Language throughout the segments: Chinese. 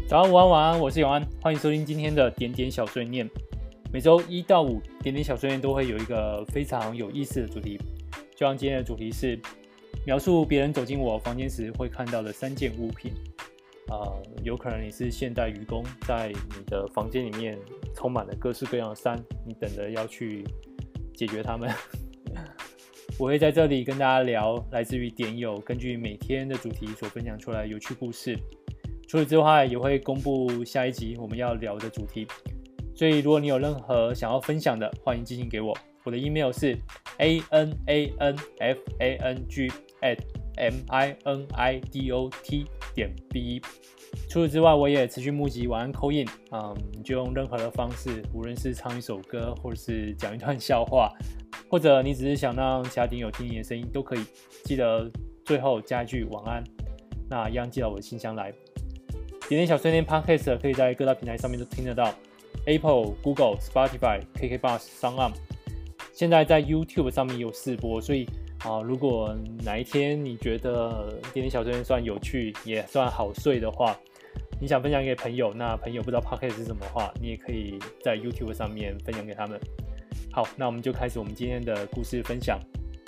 早安、午安、晚安，我是永安，欢迎收听今天的点点小碎念。每周1到5，点点小碎念都会有一个非常有意思的主题。就像今天的主题是描述别人走进我房间时会看到的3件物品。有可能你是现代渔工，在你的房间里面充满了各式各样的山，你等着要去解决它们。我会在这里跟大家聊来自于点友根据每天的主题所分享出来的有趣故事。除此之外，也会公布下一集我们要聊的主题。所以如果你有任何想要分享的，欢迎寄信给我。我的 email 是 ananfang@minidot.be。除此之外，我也持续募集晚安 call in， 你就用任何的方式，无论是唱一首歌，或者是讲一段笑话，或者你只是想让其他点友听你的声音都可以。记得最后加一句晚安，那一样寄到我的信箱来。点点小碎念 Podcast 可以在各大平台上面都听得到 ，Apple、Google、Spotify、KKBOX、SoundOn。现在在 YouTube 上面也有试播，所以如果哪一天你觉得点点小碎念算有趣，也算好睡的话，你想分享给朋友，那朋友不知道 Podcast 是什么的话，你也可以在 YouTube 上面分享给他们。好，那我们就开始我们今天的故事分享。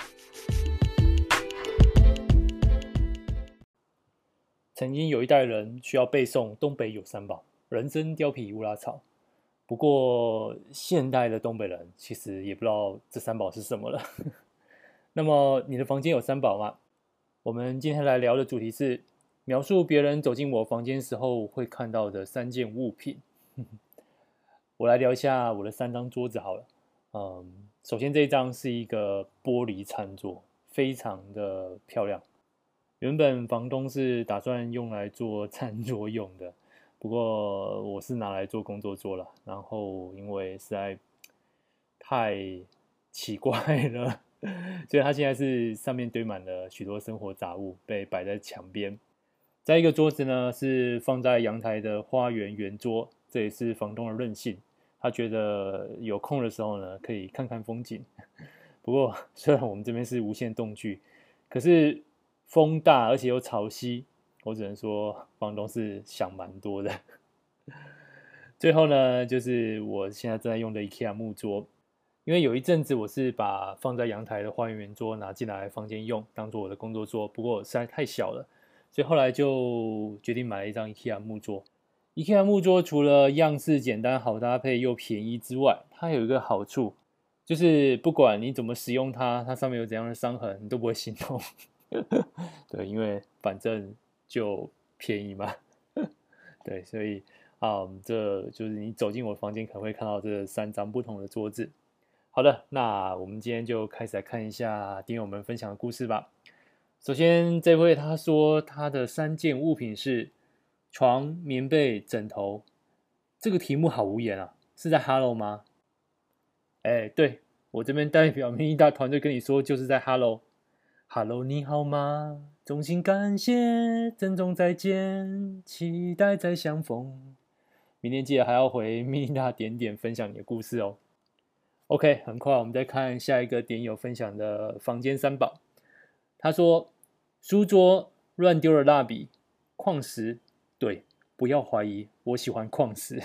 曾经有一代人需要背诵东北有三宝：人参、貂皮、乌拉草。不过现代的东北人其实也不知道这三宝是什么了。那么你的房间有三宝吗？我们今天来聊的主题是描述别人走进我房间时候会看到的3件物品。我来聊一下我的3张桌子好了。首先这一张是一个玻璃餐桌，非常的漂亮。原本房东是打算用来做餐桌用的，不过我是拿来做工作桌了。然后因为实在太奇怪了，所以它现在是上面堆满了许多生活杂物，被摆在墙边。再一个桌子呢是放在阳台的花园圆桌，这也是房东的任性。他觉得有空的时候呢可以看看风景。不过虽然我们这边是无限动距，可是风大而且又潮汐，我只能说房东是想蛮多的。最后呢，就是我现在正在用的 IKEA 木桌，因为有一阵子我是把放在阳台的花园圆桌拿进来房间用，当做我的工作桌，不过实在太小了，所以后来就决定买了一张 IKEA 木桌。IKEA 木桌除了样式简单、好搭配又便宜之外，它有一个好处，就是不管你怎么使用它，它上面有怎样的伤痕，你都不会心痛。对，因为反正就便宜嘛。对，所以这就是你走进我房间可能会看到这3张不同的桌子。好的，那我们今天就开始来看一下点友们分享的故事吧。首先这位他说他的3件物品是床、棉被、枕头。这个题目好无言啊，是在 Hello 吗？对，我这边代表明义大团队跟你说，就是在 Hello。Hello， 你好吗？衷心感谢，珍重再见，期待再相逢。明天记得还要回密大点点分享你的故事哦。OK， 很快我们再看下一个点友分享的房间3宝。他说书桌乱丢了蜡笔，矿石，对，不要怀疑，我喜欢矿石。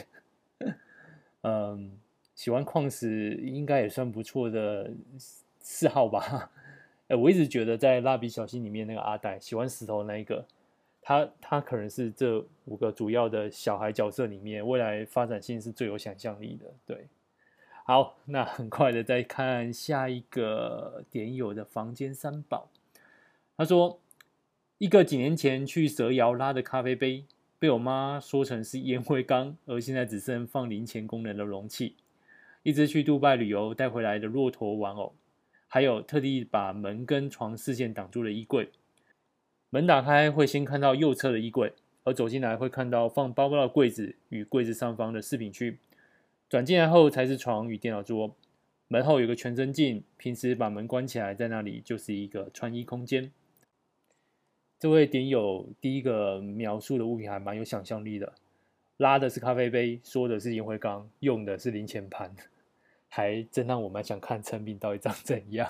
喜欢矿石应该也算不错的嗜好吧。我一直觉得在蜡笔小新里面那个阿呆喜欢石头那一个，他可能是这5个主要的小孩角色里面未来发展性是最有想象力的。对，好，那很快的再看下一个点友的房间3宝。他说一个几年前去蛇窑拉的咖啡杯，被我妈说成是烟灰缸，而现在只剩放零钱功能的容器。一只去杜拜旅游带回来的骆驼玩偶，还有特地把门跟床视线挡住的衣柜。门打开会先看到右侧的衣柜，而走进来会看到放包包的柜子与柜子上方的饰品区。转进来后才是床与电脑桌。门后有个全身镜，平时把门关起来，在那里就是一个穿衣空间。这位点友第一个描述的物品还蛮有想象力的，拉的是咖啡杯，说的是烟灰缸，用的是零钱盘，还真让我蛮想看成品到底长怎样。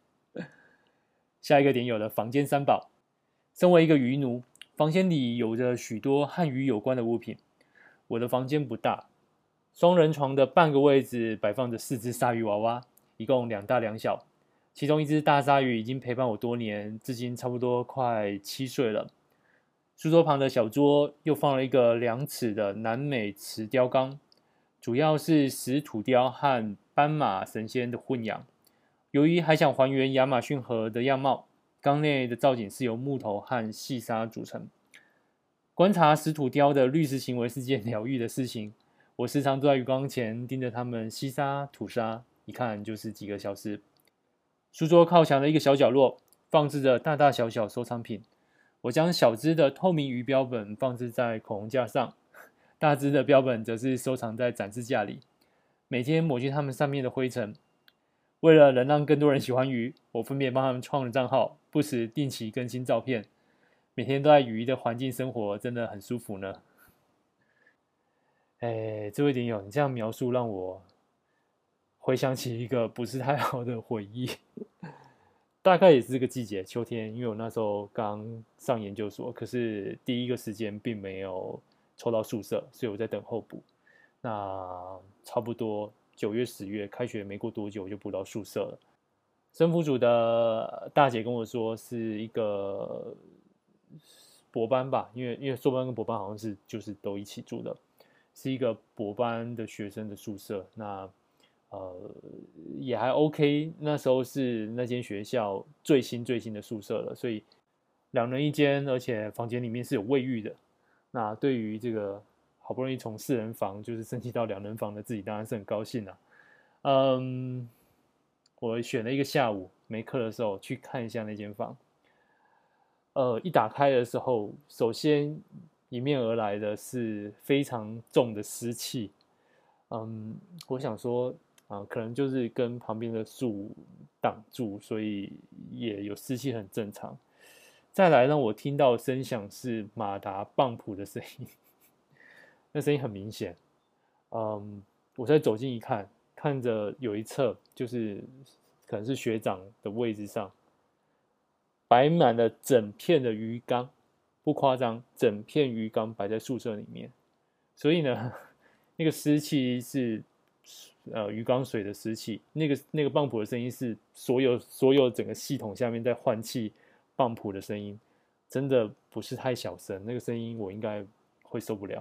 下一个点友的房间3宝。身为一个渔奴，房间里有着许多和鱼有关的物品， 我的房间不大，双人床的半个位置摆放着4只鲨鱼娃娃，一共2大2小。其中一只大鲨鱼已经陪伴我多年，至今差不多快7岁了。书桌旁的小桌又放了一个2尺的南美瓷雕缸，主要是石土雕和斑马神仙的混养。由于还想还原亚马逊河的样貌，缸内的造景是由木头和细沙组成。观察石土雕的滤食行为是件疗愈的事情，我时常坐在鱼缸前盯着它们吸沙吐沙，一看就是几个小时。书桌靠墙的一个小角落放置着大大小小收藏品，我将小只的透明鱼标本放置在口红架上，大只的标本则是收藏在展示架里，每天抹去它们上面的灰尘。为了能让更多人喜欢鱼，我分别帮他们创了账号，不时定期更新照片。每天都在鱼的环境生活，真的很舒服呢。这位点友，你这样描述让我回想起一个不是太好的回忆。大概也是这个季节，秋天，因为我那时候刚上研究所，可是第一个时间并没有抽到宿舍，所以我在等候补。那差不多9月、10月开学没过多久，我就补到宿舍了。生辅组的大姐跟我说，是一个博班吧，因为硕班跟博班好像是就是都一起住的，是一个博班的学生的宿舍。那也还 OK， 那时候是那间学校最新的宿舍了，所以2人1间，而且房间里面是有卫浴的。那对于这个好不容易从4人房就是升级到2人房的自己，当然是很高兴啦。我选了一个下午没课的时候去看一下那间房。一打开的时候，首先迎面而来的是非常重的湿气。我想说可能就是跟旁边的树挡住，所以也有湿气，很正常。再来让我听到的声响是马达棒谱的声音，那声音很明显。我再走近一看，看着有一侧就是可能是学长的位置上摆满了整片的鱼缸，不夸张，整片鱼缸摆在宿舍里面。所以呢，那个湿气是鱼缸水的湿气，那个泵浦的声音是所有整个系统下面在换气泵浦的声音，真的不是太小声，那个声音我应该会受不了。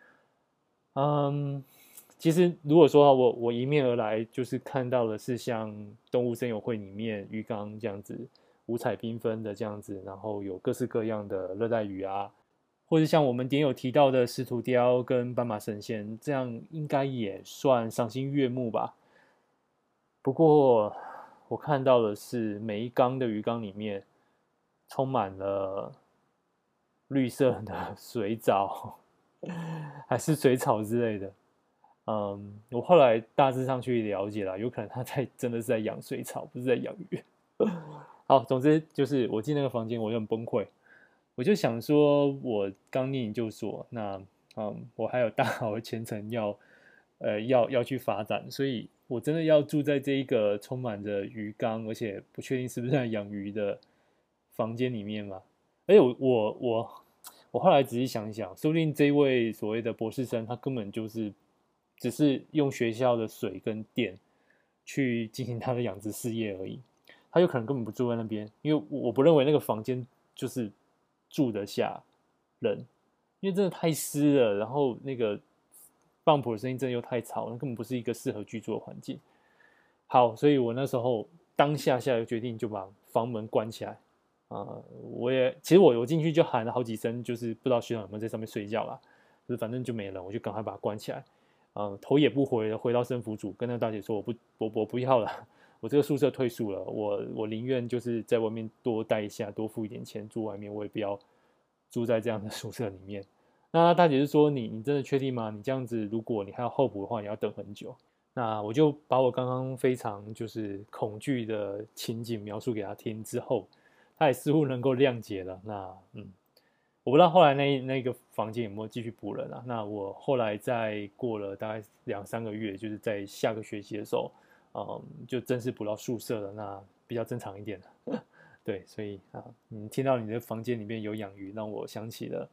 其实如果说我迎面而来，就是看到的是像动物森友会里面鱼缸这样子五彩缤纷的这样子，然后有各式各样的热带鱼啊，或者像我们点有提到的石土雕跟斑马神仙，这样应该也算赏心悦目吧。不过我看到的是每一缸的鱼缸里面充满了绿色的水藻还是水草之类的。我后来大致上去了解了，有可能他真的是在养水草，不是在养鱼。好，总之就是我进那个房间，我就很崩溃。我就想说，我刚念研究所，那我还有大好的前程要去发展，所以我真的要住在这一个充满着鱼缸，而且不确定是不是在养鱼的房间里面嘛？而且我后来仔细想一想，说不定这位所谓的博士生，他根本就是只是用学校的水跟电去进行他的养殖事业而已，他有可能根本不住在那边，因为我不认为那个房间就是住得下人，因为真的太湿了，然后那个棒谱的声音真的又太吵，那根本不是一个适合居住的环境。好，所以我那时候当下下决定就把房门关起来。其实我进去就喊了好几声，就是不知道学长有没有在上面睡觉啦，就是反正就没人，我就赶快把它关起来。头也不回的回到生辅组，跟那个大姐说我不要了，我这个宿舍退宿了，我宁愿就是在外面多待一下，多付一点钱住外面，我也不要住在这样的宿舍里面。那大姐就说你真的确定吗？你这样子，如果你还要候补的话，你要等很久。那我就把我刚刚非常就是恐惧的情景描述给他听之后，他也似乎能够谅解了。那我不知道后来那个房间有没有继续补人啊？那我后来在过了大概2-3个月，就是在下个学期的时候，就正式补到宿舍了，那比较正常一点了。对，所以听到你的房间里面有养鱼，让我想起了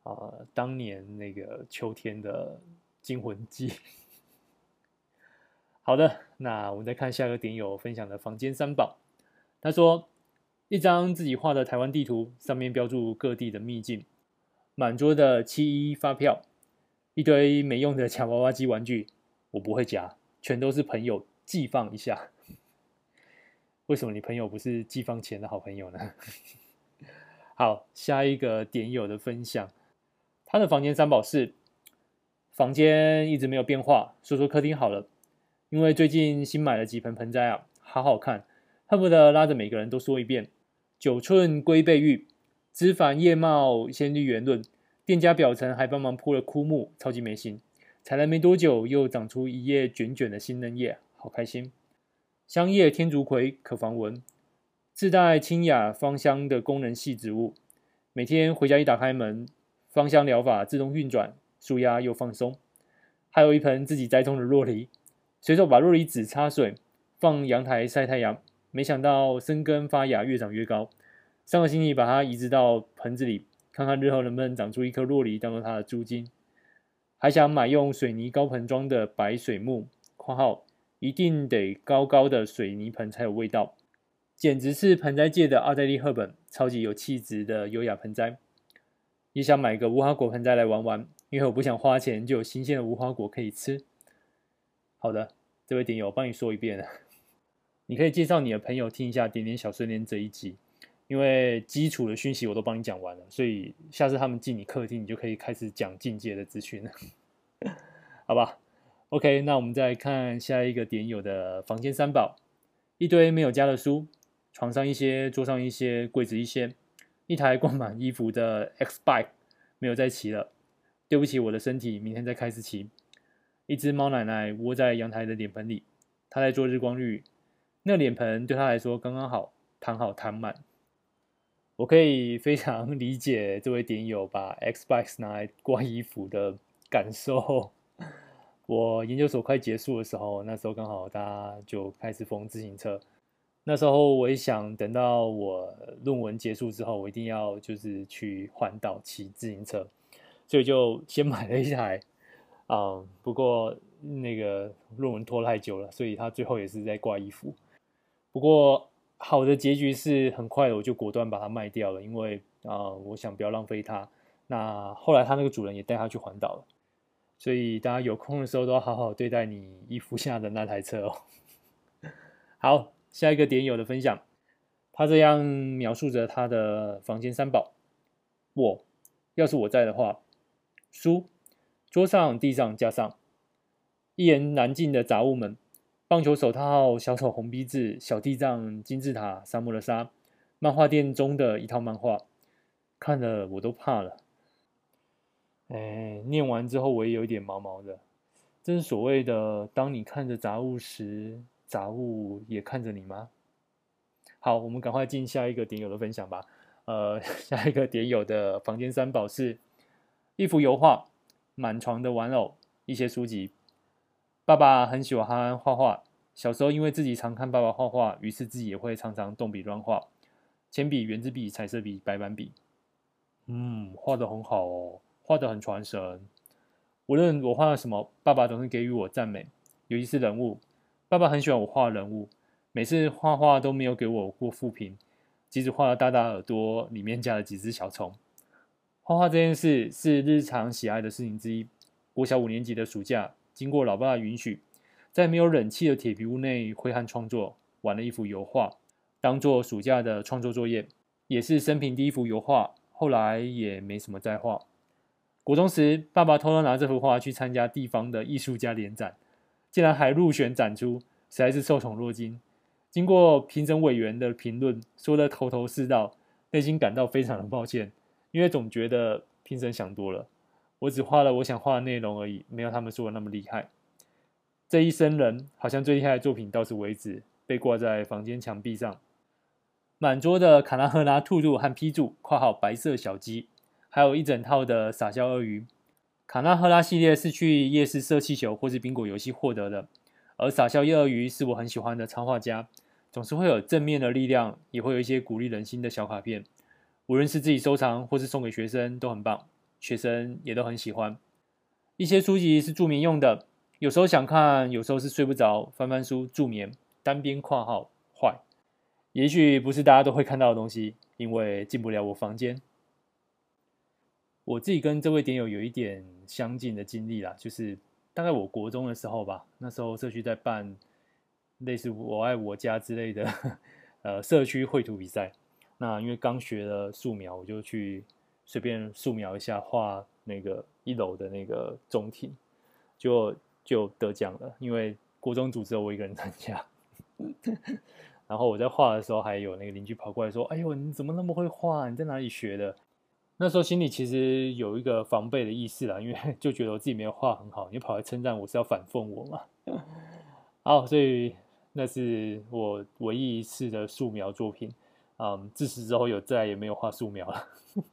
当年那个秋天的惊魂记。好的，那我们再看下个点友分享的房间三宝。他说，一张自己画的台湾地图，上面标注各地的秘境，满桌的711发票，一堆没用的夹娃娃机玩具，我不会夹，全都是朋友寄放一下。为什么你朋友不是寄放钱的好朋友呢？好，下一个点友的分享，他的房间三宝是房间一直没有变化，说说客厅好了，因为最近新买了几盆盆栽啊，好好看，恨不得拉着每个人都说一遍。9寸龟背玉，枝繁叶茂，鲜绿圆润，店家表层还帮忙铺了枯木，超级美心。采来没多久，又长出一叶卷卷的新嫩叶，好开心。香叶天竺葵可防蚊，自带清雅芳香的功能系植物。每天回家一打开门，芳香疗法自动运转，舒压又放松。还有一盆自己栽种的洛梨，随手把洛梨籽插水，放阳台晒太阳。没想到生根发芽，越长越高。上个星期把它移植到盆子里，看看日后能不能长出一颗洛梨当做它的租金。还想买用水泥高盆装的白水木（括号一定得高高的水泥盆才有味道），简直是盆栽界的奥黛丽·赫本，超级有气质的优雅盆栽。也想买个无花果盆栽来玩玩，因为我不想花钱就有新鲜的无花果可以吃。好的，这位点友，我帮你说一遍了。你可以介绍你的朋友听一下点点小碎念这一集，因为基础的讯息我都帮你讲完了，所以下次他们进你客厅，你就可以开始讲进阶的资讯了。好吧 ，OK， 那我们再看下一个点友的房间三宝，一堆没有家的书，床上一些，桌上一些，柜子一些，一台挂满衣服的 X Bike 没有再骑了，对不起我的身体，明天再开始骑。一只猫奶奶窝在阳台的脸盆里，她在做日光浴，那脸盆对她来说刚刚好，躺好躺满。我可以非常理解这位点友把 X Bike 拿来挂衣服的感受。我研究所快结束的时候，那时候刚好大家就开始疯自行车。那时候我也想等到我论文结束之后，我一定要就是去环岛骑自行车，所以就先买了一台。不过那个论文拖太久了，所以他最后也是在挂衣服。不过好的结局是很快的，我就果断把它卖掉了，因为我想不要浪费它。那后来他那个主人也带他去环岛了。所以大家有空的时候都要好好对待你衣服下的那台车哦。好，下一个点友的分享，他这样描述着他的房间三宝：要是我在的话，书，桌上、地上架上，一言难尽的杂物们，棒球手套、小丑红鼻子、小地藏、金字塔、沙漠的沙，漫画店中的一套漫画，看了我都怕了。念完之后我也有一点毛毛的，这是所谓的当你看着杂物时，杂物也看着你吗？好，我们赶快进下一个点友的分享吧。下一个点友的房间三宝是一幅油画、满床的玩偶、一些书籍。爸爸很喜欢画画，小时候因为自己常看爸爸画画，于是自己也会常常动笔乱画，铅笔、圆珠笔、彩色笔、白板笔。画得很好哦，画得很传神。无论我画了什么，爸爸总是给予我赞美，尤其是人物。爸爸很喜欢我画人物，每次画画都没有给我过负评，即使画了大大耳朵，里面加了几只小虫。画画这件事是日常喜爱的事情之一。国小5年级的暑假，经过老爸的允许，在没有冷气的铁皮屋内挥汗创作，玩了一幅油画，当做暑假的创作作业，也是生平第一幅油画。后来也没什么再画。国中时，爸爸偷偷拿这幅画去参加地方的艺术家联展，竟然还入选展出，实在是受宠若惊。经过评审委员的评论，说得头头是道，内心感到非常的抱歉，因为总觉得评审想多了，我只画了我想画的内容而已，没有他们说的那么厉害。这一生人好像最厉害的作品到此为止，被挂在房间墙壁上。满桌的卡纳赫拉兔兔和批注（括号白色小鸡），还有一整套的傻笑鳄鱼。卡纳赫拉系列是去夜市射气球或是宾果游戏获得的，而傻笑鳄鱼是我很喜欢的插画家，总是会有正面的力量，也会有一些鼓励人心的小卡片。无论是自己收藏或是送给学生都很棒， 学生也都很喜欢。一些书籍是助眠用的，有时候想看，有时候是睡不着，翻翻书助眠，单边括号坏。也许不是大家都会看到的东西，因为进不了我房间。我自己跟这位点友有一点相近的经历啦，就是大概我国中的时候吧，那时候社区在办类似我爱我家之类的社区绘图比赛。那因为刚学了素描，我就去随便素描一下，画那个1楼的那个中庭，就得奖了。因为国中组只有我一个人参加，然后我在画的时候，还有那个邻居跑过来说：“哎呦，你怎么那么会画？你在哪里学的？”那时候心里其实有一个防备的意识啦，因为就觉得我自己没有画很好，你跑来称赞我是要反讽我嘛。好，所以那是我唯一一次的素描作品。自此之后再也没有画素描了。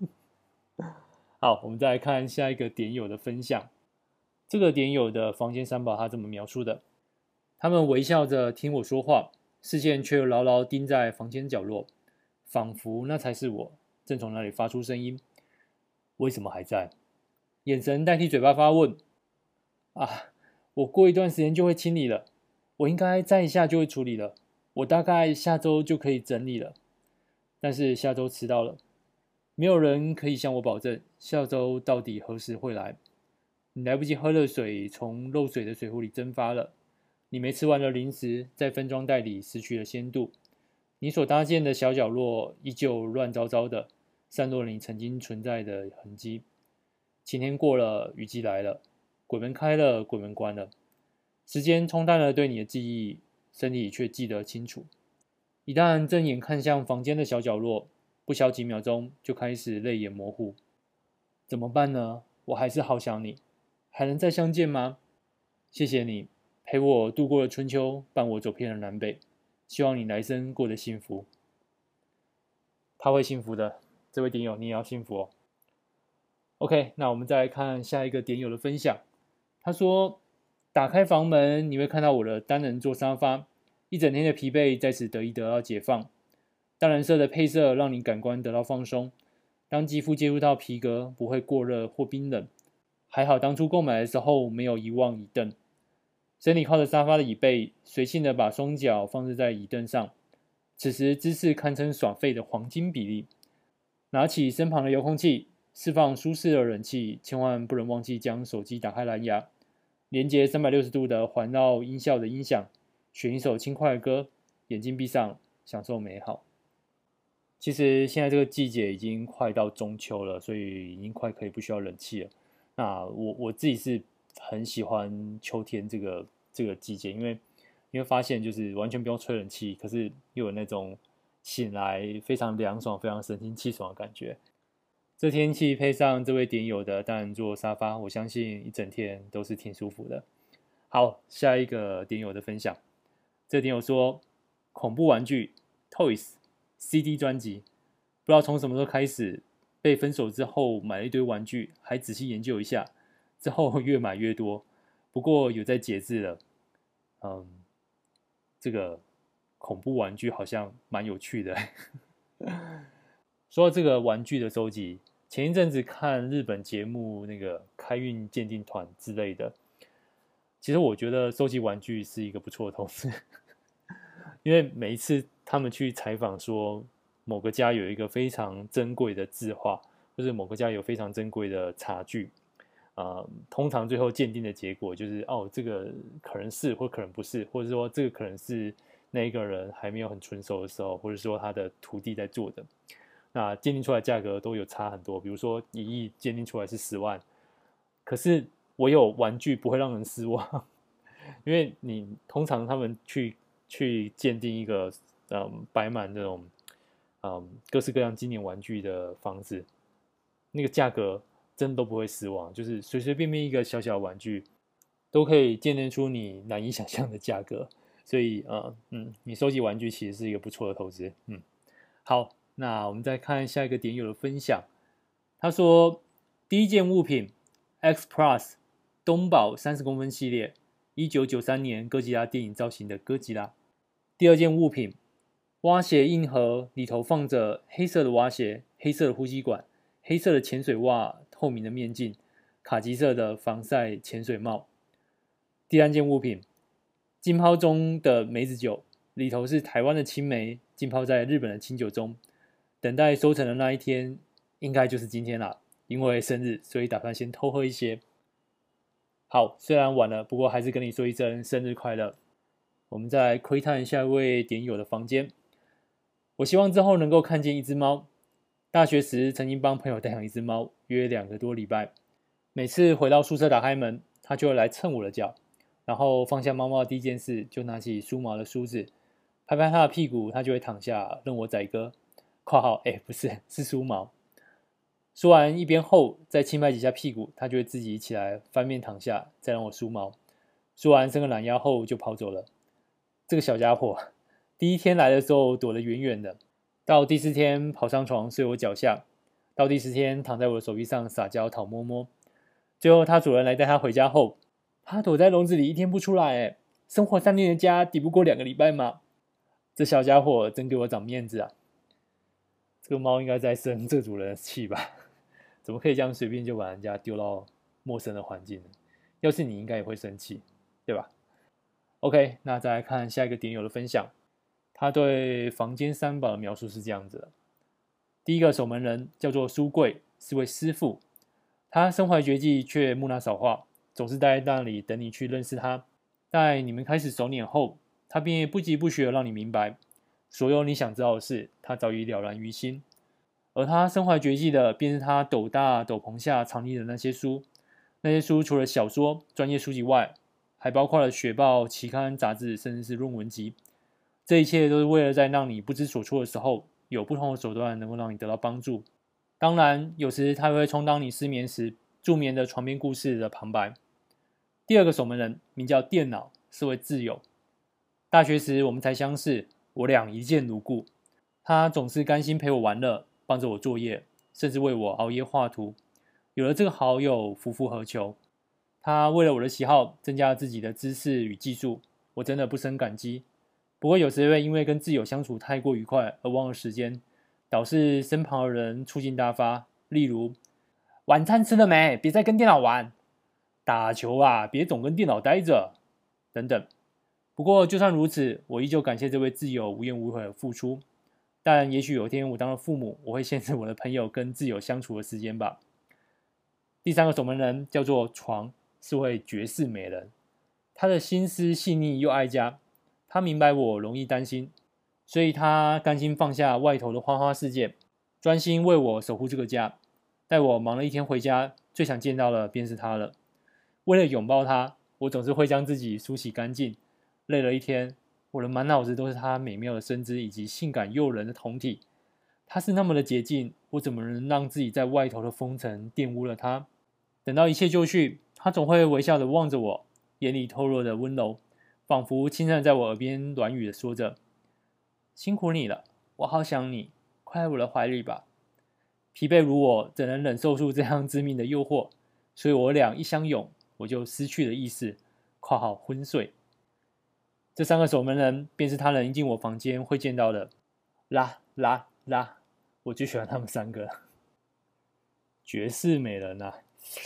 好，我们再来看下一个点友的分享。这个点友的房间三宝他这么描述的：他们微笑着听我说话，视线却又牢牢盯在房间角落，仿佛那才是我，正从那里发出声音。为什么还在？眼神代替嘴巴发问。啊，我过一段时间就会清理了，我应该再一下就会处理了，我大概下周就可以整理了。但是下周迟到了，没有人可以向我保证下周到底何时会来。你来不及喝热水从漏水的水壶里蒸发了，你没吃完的零食在分装袋里失去了鲜度，你所搭建的小角落依旧乱糟糟的，散落了你曾经存在的痕迹。晴天过了，雨季来了，鬼门开了，鬼门关了，时间冲淡了对你的记忆，身体却记得清楚。一旦正眼看向房间的小角落，不消几秒钟就开始泪眼模糊。怎么办呢？我还是好想你，还能再相见吗？谢谢你陪我度过了春秋，伴我走遍了南北，希望你来生过得幸福。他会幸福的，这位点友你也要幸福哦。OK， 那我们再来看下一个点友的分享。他说：打开房门，你会看到我的单人座沙发，一整天的疲惫在此得到解放。淡蓝色的配色让你感官得到放松，当肌肤接触到皮革，不会过热或冰冷。还好当初购买的时候没有遗忘椅凳。身体靠着沙发的椅背，随性的把双脚放置在椅凳上，此时姿势堪称爽肺的黄金比例。拿起身旁的遥控器，释放舒适的冷气，千万不能忘记将手机打开蓝牙，连接360度的环绕音效的音响，选一首轻快的歌，眼睛闭上，享受美好。其实现在这个季节已经快到中秋了，所以已经快可以不需要冷气了。那我自己是很喜欢秋天这个季节，因为你会发现就是完全不用吹冷气，可是又有那种醒来非常凉爽、非常神清气爽的感觉。这天气配上这位点友的单人座沙发，我相信一整天都是挺舒服的。好，下一个点友的分享，这点友说恐怖玩具 Toys CD 专辑，不知道从什么时候开始，被分手之后买了一堆玩具，还仔细研究一下，之后越买越多，不过有在节制了。这个恐怖玩具好像蛮有趣的。说到这个玩具的收集，前一阵子看日本节目那个开运鉴定团之类的，其实我觉得收集玩具是一个不错的投资。因为每一次他们去采访说某个家有一个非常珍贵的字画，或者某个家有非常珍贵的茶具，通常最后鉴定的结果就是这个可能是或可能不是，或者说这个可能是那一个人还没有很纯熟的时候，或者说他的徒弟在做的。那鉴定出来价格都有差很多，比如说1亿鉴定出来是10万，可是我有玩具不会让人失望。因为你通常他们去鉴定一个摆满这种各式各样经典玩具的房子，那个价格真的都不会失望，就是随随便便一个小小的玩具都可以鉴定出你难以想象的价格。所以你收集玩具其实是一个不错的投资。好，那我们再看下一个点友的分享。他说第一件物品 X Plus 东宝30公分系列1993年哥吉拉电影造型的哥吉拉。第二件物品，蛙鞋硬盒里头放着黑色的蛙鞋、黑色的呼吸管、 黑色的潜水袜、透明的面镜、卡其色的防晒潜水帽。第三件物品，浸泡中的梅子酒，里头是台湾的青梅，浸泡在日本的清酒中，等待收成的那一天，应该就是今天啦。因为生日，所以打算先偷喝一些。好，虽然晚了，不过还是跟你说一声生日快乐。我们再来窥探下一位点友的房间。我希望之后能够看见一只猫。大学时曾经帮朋友带养一只猫，约2个多礼拜。每次回到宿舍打开门，它就会来蹭我的脚，然后放下猫猫的第一件事就拿起梳毛的梳子，拍拍它的屁股，它就会躺下任我宰割。（括号不是，是梳毛。）梳完一边后，再轻拍几下屁股，它就会自己起来翻面躺下，再让我梳毛。梳完伸个懒腰后就跑走了。这个小家伙，第一天来的时候躲得远远的，到第4天跑上床睡我脚下，到第10天躺在我的手臂上撒娇讨摸摸。最后他主人来带他回家后，他躲在笼子里1天不出来，生活3年的家抵不过2个礼拜吗？这小家伙真给我长面子啊！这个猫应该在生这主人的气吧？怎么可以这样随便就把人家丢到陌生的环境呢？要是你应该也会生气，对吧？ OK， 那再来看下一个点友的分享。他对房间3宝的描述是这样子的：第一个守门人叫做书柜，是位师傅，他身怀绝技却木讷少话，总是待在那里等你去认识他。待你们开始熟稔后，他便不疾不徐地让你明白所有你想知道的事，他早已了然于心。而他身怀绝技的，便是他斗大斗篷下藏匿的那些书。那些书除了小说、专业书籍外，还包括了学报、期刊、杂志，甚至是论文集。这一切都是为了在让你不知所措的时候，有不同的手段能够让你得到帮助。当然，有时他会充当你失眠时助眠的床边故事的旁白。第二个守门人名叫电脑，是位挚友。大学时我们才相识，我俩一见如故。他总是甘心陪我玩乐，帮着我作业，甚至为我熬夜画图。有了这个好友，夫复何求？他为了我的喜好，增加了自己的知识与技术，我真的不胜感激。不过有时会因为跟挚友相处太过愉快而忘了时间，导致身旁的人触境大发，例如晚餐吃了没？别再跟电脑玩。打球啊，别总跟电脑待着，等等。不过就算如此，我依旧感谢这位挚友无怨无悔的付出。但也许有天我当了父母，我会限制我的朋友跟挚友相处的时间吧。第三个守门人叫做床，是位绝世美人。她的心思细腻又爱家，她明白我容易担心，所以她甘心放下外头的花花世界，专心为我守护这个家。待我忙了一天回家，最想见到的便是她了。为了拥抱她，我总是会将自己梳洗干净。累了一天，我的满脑子都是她美妙的身姿以及性感诱人的胴体。她是那么的洁净，我怎么能让自己在外头的风尘玷污了她？等到一切就绪，她总会微笑的望着我，眼里透露着温柔，仿佛轻声在我耳边软语的说着：“辛苦你了，我好想你，快来我的怀里吧。”疲惫如我，怎能忍受住这样致命的诱惑？所以我俩一相拥，我就失去了意识（括号昏睡）。这3个守门人便是他能一进我房间会见到的。啦，我最喜欢他们3个了。绝世美人啊！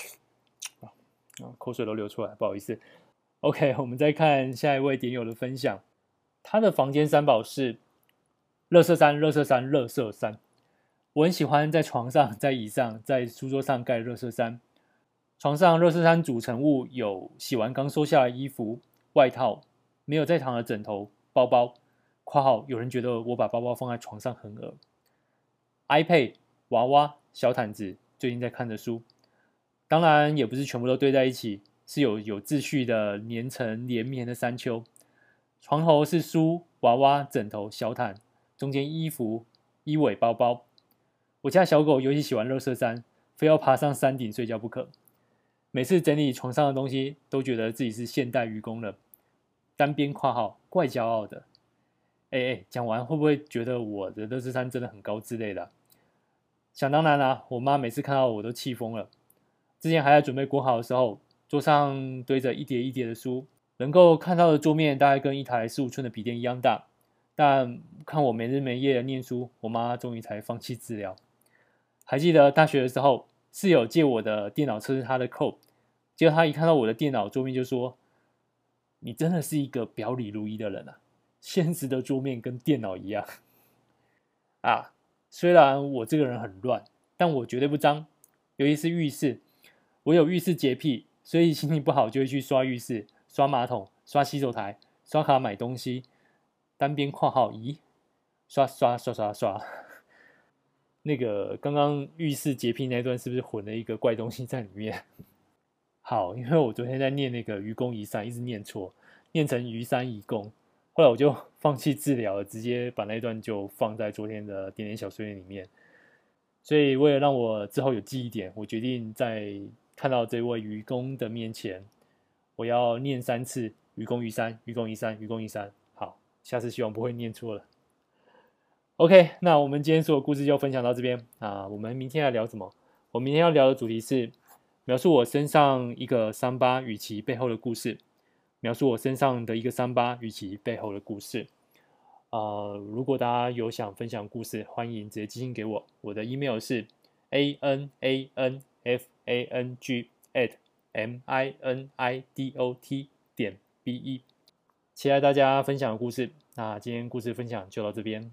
口水都流出来，不好意思。OK， 我们再看下一位点友的分享。他的房间3宝是垃圾山、垃圾山、垃圾山。我很喜欢在床上、在椅上、在书桌上盖垃圾山。床上垃圾山组成物有洗完刚收下的衣服、外套、没有在躺的枕头、包包（括号有人觉得我把包包放在床上很恶）、iPad、娃娃、小毯子，最近在看的书。当然也不是全部都堆在一起，是有秩序的粘成连绵的山丘。床头是书、娃娃、枕头、小毯，中间衣服、衣尾、包包。我家小狗尤其喜欢垃圾山，非要爬上山顶睡觉不可。每次整理床上的东西，都觉得自己是现代愚公了。单边括号怪骄傲的。讲完会不会觉得我的垃圾山真的很高之类的？想当然啦，我妈每次看到我都气疯了。之前还在准备国考的时候，桌上堆着一叠一叠的书，能够看到的桌面大概跟一台15寸的笔电一样大。但看我没日没夜的念书，我妈终于才放弃治疗。 还记得大学的时候，室友借我的电脑测试他的 code， 结果他一看到我的电脑桌面就说：“你真的是一个表里如一的人啊，现实的桌面跟电脑一样。”啊，虽然我这个人很乱，但我绝对不脏，尤其是浴室，我有浴室洁癖，所以心情不好就会去刷浴室、刷马桶、刷洗手台、刷卡买东西。单边括号，咦，刷刷刷刷刷。那个刚刚浴室洁癖那段是不是混了一个怪东西在里面？好，因为我昨天在念那个愚公移山，一直念错，念成于山移公，后来我就放弃治疗了，直接把那一段就放在昨天的点点小碎念里面。所以为了让我之后有记忆点，我决定在看到这位愚公的面前，我要念3次愚公移山，愚公移山，愚公移山。好，下次希望不会念错了。OK，那我们今天所有故事就分享到这边啊。我们明天要聊什么？我明天要聊的主题是描述我身上一个伤疤与其背后的故事。描述我身上的一个伤疤与其背后的故事。如果大家有想分享故事，欢迎直接寄信给我。我的 email 是 ananfang@minidot.be，期待大家分享的故事。那今天故事分享就到这边。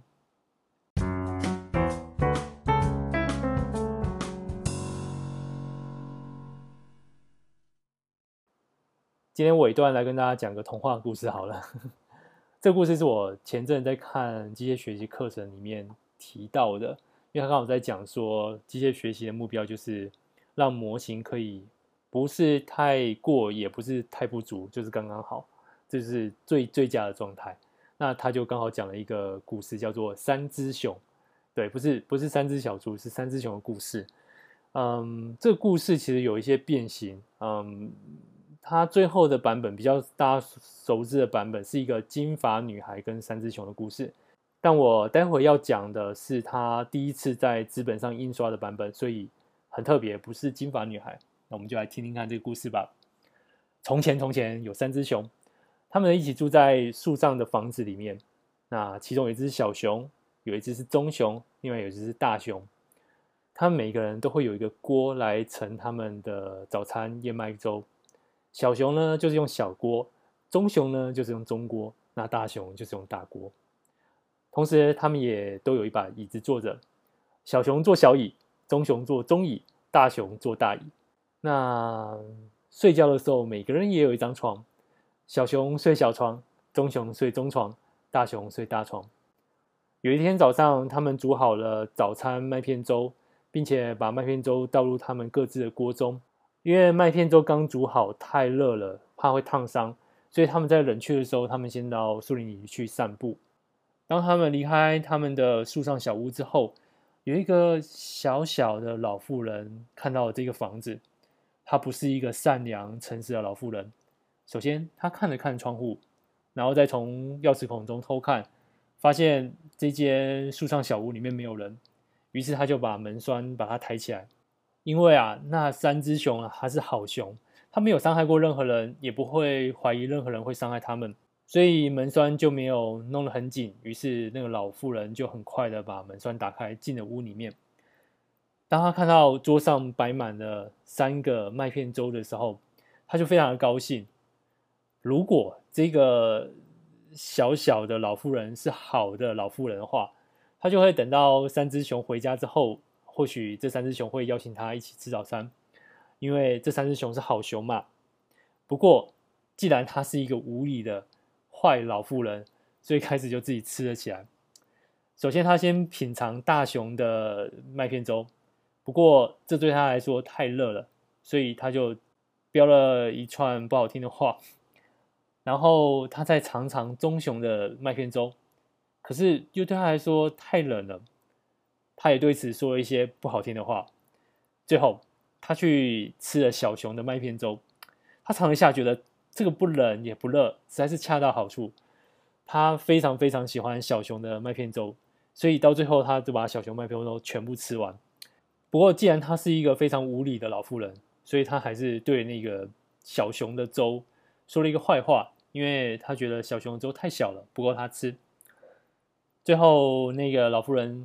今天尾段来跟大家讲个童话故事好了。这个故事是我前阵在看机械学习课程里面提到的，因为他刚好在讲说，机械学习的目标就是让模型可以不是太过，也不是太不足，就是刚刚好，这是最佳的状态。那他就刚好讲了一个故事，叫做三只熊。对，不是三只小猪，是三只熊的故事。这个故事其实有一些变形。它最后的版本比较大家熟知的版本是一个金发女孩跟三只熊的故事，但我待会要讲的是它第一次在纸本上印刷的版本，所以很特别，不是金发女孩。那我们就来听听看这个故事吧。从前有三只熊，他们一起住在树上的房子里面。那其中有一只小熊，有一只是中熊，另外有一只是大熊。他们每个人都会有一个锅来盛他们的早餐燕麦粥。小熊呢就是用小锅，中熊呢就是用中锅，那大熊就是用大锅。同时，他们也都有一把椅子坐着，小熊坐小椅，中熊坐中椅，大熊坐大椅。那睡觉的时候，每个人也有一张床，小熊睡小床，中熊睡中床，大熊睡大床。有一天早上，他们煮好了早餐麦片粥，并且把麦片粥倒入他们各自的锅中。因为麦片粥刚煮好，太热了，怕会烫伤，所以他们在冷却的时候，他们先到树林里去散步。当他们离开他们的树上小屋之后，有一个小小的老妇人看到了这个房子。她不是一个善良诚实的老妇人。首先，她看了看窗户，然后再从钥匙孔中偷看，发现这间树上小屋里面没有人，于是她就把门栓把它抬起来。因为那三只熊它是好熊，它没有伤害过任何人，也不会怀疑任何人会伤害它们，所以门栓就没有弄得很紧。于是那个老妇人就很快的把门栓打开，进了屋里面。当他看到桌上摆满了3个麦片粥的时候，他就非常的高兴。如果这个小小的老妇人是好的老妇人的话，他就会等到三只熊回家之后，或许这三只熊会邀请他一起吃早餐，因为这三只熊是好熊嘛。不过，既然他是一个无理的坏老妇人，所以开始就自己吃了起来。首先，他先品尝大熊的麦片粥，不过这对他来说太热了，所以他就飙了一串不好听的话。然后他再尝尝中熊的麦片粥，可是又对他来说太冷了，他也对此说了一些不好听的话。最后，他去吃了小熊的麦片粥，他尝了一下，觉得这个不冷也不热，实在是恰到好处。他非常非常喜欢小熊的麦片粥，所以到最后他就把小熊麦片粥全部吃完。不过，既然他是一个非常无理的老妇人，所以他还是对那个小熊的粥说了一个坏话，因为他觉得小熊的粥太小了，不够他吃。最后，那个老妇人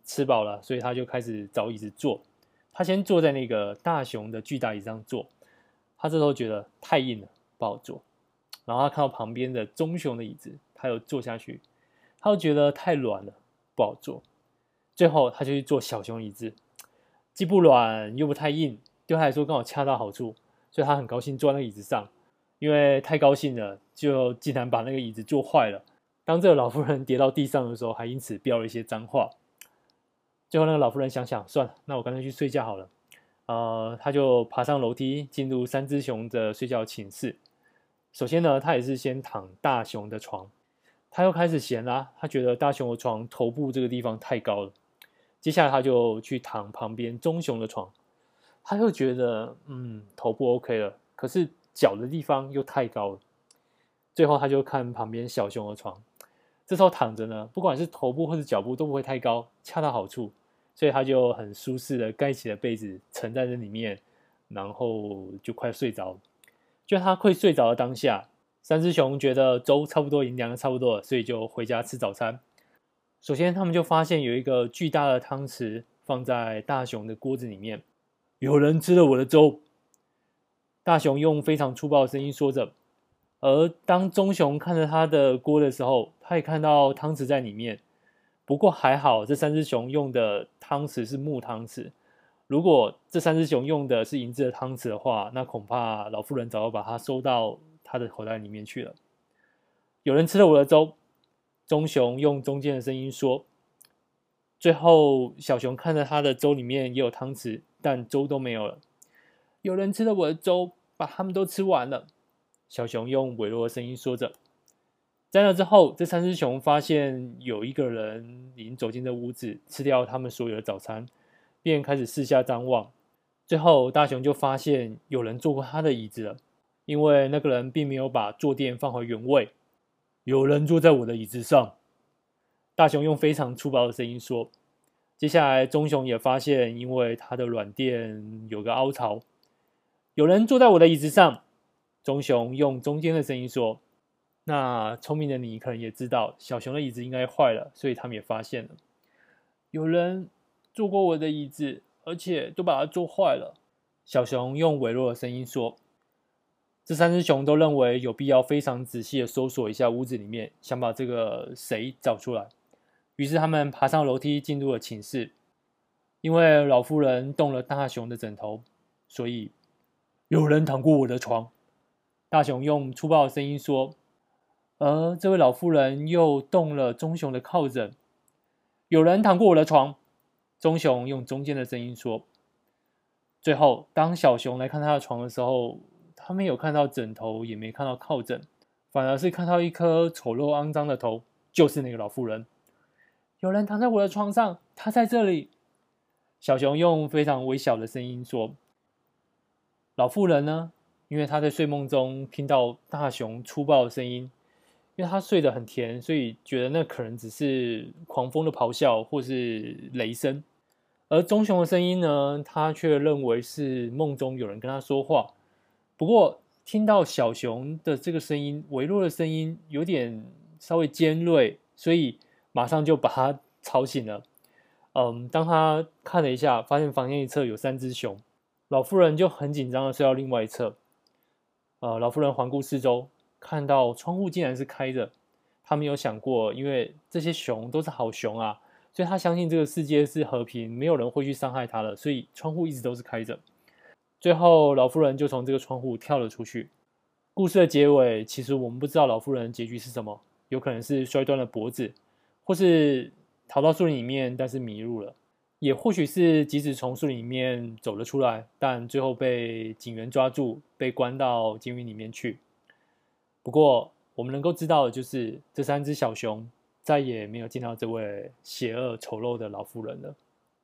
吃饱了，所以他就开始找椅子坐。他先坐在那个大熊的巨大椅子上坐，他这时候觉得太硬了，不好坐。然后他看到旁边的棕熊的椅子，他又坐下去，他又觉得太软了，不好坐。最后他就去坐小熊椅子，既不软又不太硬，对他来说刚好恰到好处，所以他很高兴坐在那个椅子上。因为太高兴了，就竟然把那个椅子坐坏了。当这个老妇人跌到地上的时候，还因此飙了一些脏话。最后那个老妇人想想，算了，那我干脆去睡觉好了。他就爬上楼梯，进入三只熊的睡觉寝室。首先呢，他也是先躺大熊的床，他又开始闲啦，他觉得大熊的床头部这个地方太高了。接下来他就去躺旁边棕熊的床，他又觉得头部 OK 了，可是脚的地方又太高了。最后他就看旁边小熊的床，这时候躺着呢，不管是头部或是脚部都不会太高，恰到好处，所以他就很舒适的盖起了被子，沉在这里面，然后就快睡着了。就他快睡着的当下，三只熊觉得粥差不多已经凉的差不多了，所以就回家吃早餐。首先他们就发现有一个巨大的汤匙放在大熊的锅子里面，有人吃了我的粥。大熊用非常粗暴的声音说着，而当棕熊看着他的锅的时候，他也看到汤匙在里面。不过还好，这三只熊用的汤匙是木汤匙。如果这三只熊用的是银质的汤匙的话，那恐怕老妇人早就把它收到他的口袋里面去了。有人吃了我的粥，棕熊用中间的声音说。最后，小熊看着他的粥里面也有汤匙，但粥都没有了。有人吃了我的粥，把它们都吃完了。小熊用微弱的声音说着。在那之后，这三只熊发现有一个人已经走进这屋子，吃掉他们所有的早餐，便开始四下张望。最后，大熊就发现有人坐过他的椅子了，因为那个人并没有把坐垫放回原位。有人坐在我的椅子上，大熊用非常粗暴的声音说。接下来，棕熊也发现，因为它的软垫有个凹槽，有人坐在我的椅子上。棕熊用中间的声音说。那聪明的你可能也知道，小熊的椅子应该坏了，所以他们也发现了，有人坐过我的椅子，而且都把它坐坏了。小熊用微弱的声音说。这三只熊都认为有必要非常仔细的搜索一下屋子里面，想把这个谁找出来。于是他们爬上楼梯进入了寝室。因为老妇人动了大熊的枕头，所以有人躺过我的床。大熊用粗暴的声音说。而这位老妇人又动了棕熊的靠枕。有人躺过我的床。棕熊用中间的声音说。最后，当小熊来看他的床的时候，他没有看到枕头，也没看到靠枕，反而是看到一颗丑陋肮脏的头，就是那个老妇人。有人躺在我的床上，他在这里。小熊用非常微小的声音说。老妇人呢，因为他在睡梦中听到大熊粗暴的声音，因为他睡得很甜，所以觉得那可能只是狂风的咆哮或是雷声。而棕熊的声音呢，他却认为是梦中有人跟他说话。不过听到小熊的这个声音，微弱的声音，有点稍微尖锐，所以马上就把他吵醒了。当他看了一下，发现房间一侧有三只熊，老妇人就很紧张的睡到另外一侧。老妇人环顾四周，看到窗户竟然是开着。他没有想过，因为这些熊都是好熊啊，所以他相信这个世界是和平，没有人会去伤害他了，所以窗户一直都是开着。最后，老妇人就从这个窗户跳了出去。故事的结尾，其实我们不知道老妇人的结局是什么，有可能是摔断了脖子，或是逃到树林里面，但是迷路了，也或许是即使从树林里面走了出来，但最后被警员抓住，被关到监狱里面去。不过，我们能够知道的就是，这三只小熊再也没有见到这位邪恶丑陋的老妇人了。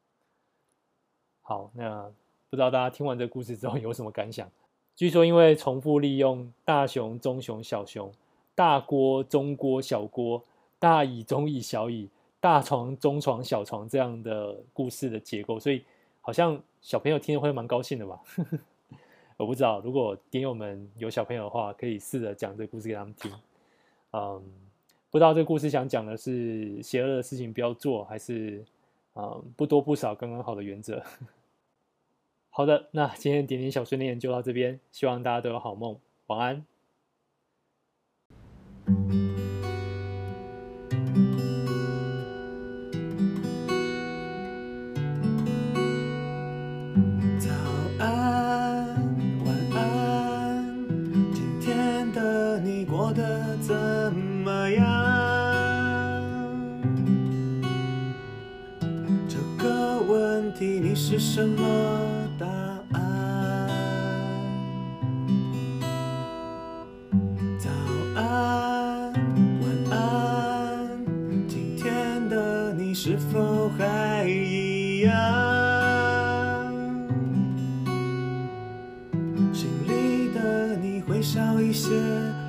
好，那不知道大家听完这个故事之后有什么感想？据说因为重复利用大熊、中熊、小熊、大锅、中锅、小锅、大椅、中椅、小椅、大床、中床、小床这样的故事的结构，所以好像小朋友听了会蛮高兴的吧？我不知道，如果点友们有小朋友的话，可以试着讲这个故事给他们听。不知道这个故事想讲的是邪恶的事情不要做，还是不多不少，刚刚好的原则。好的，那今天点点小碎念就到这边，希望大家都有好梦，晚安。 早安，晚安，今天的你过得怎么样？这个问题你是什么答案？早安，晚安，今天的你是否还一样？心里的你会少一些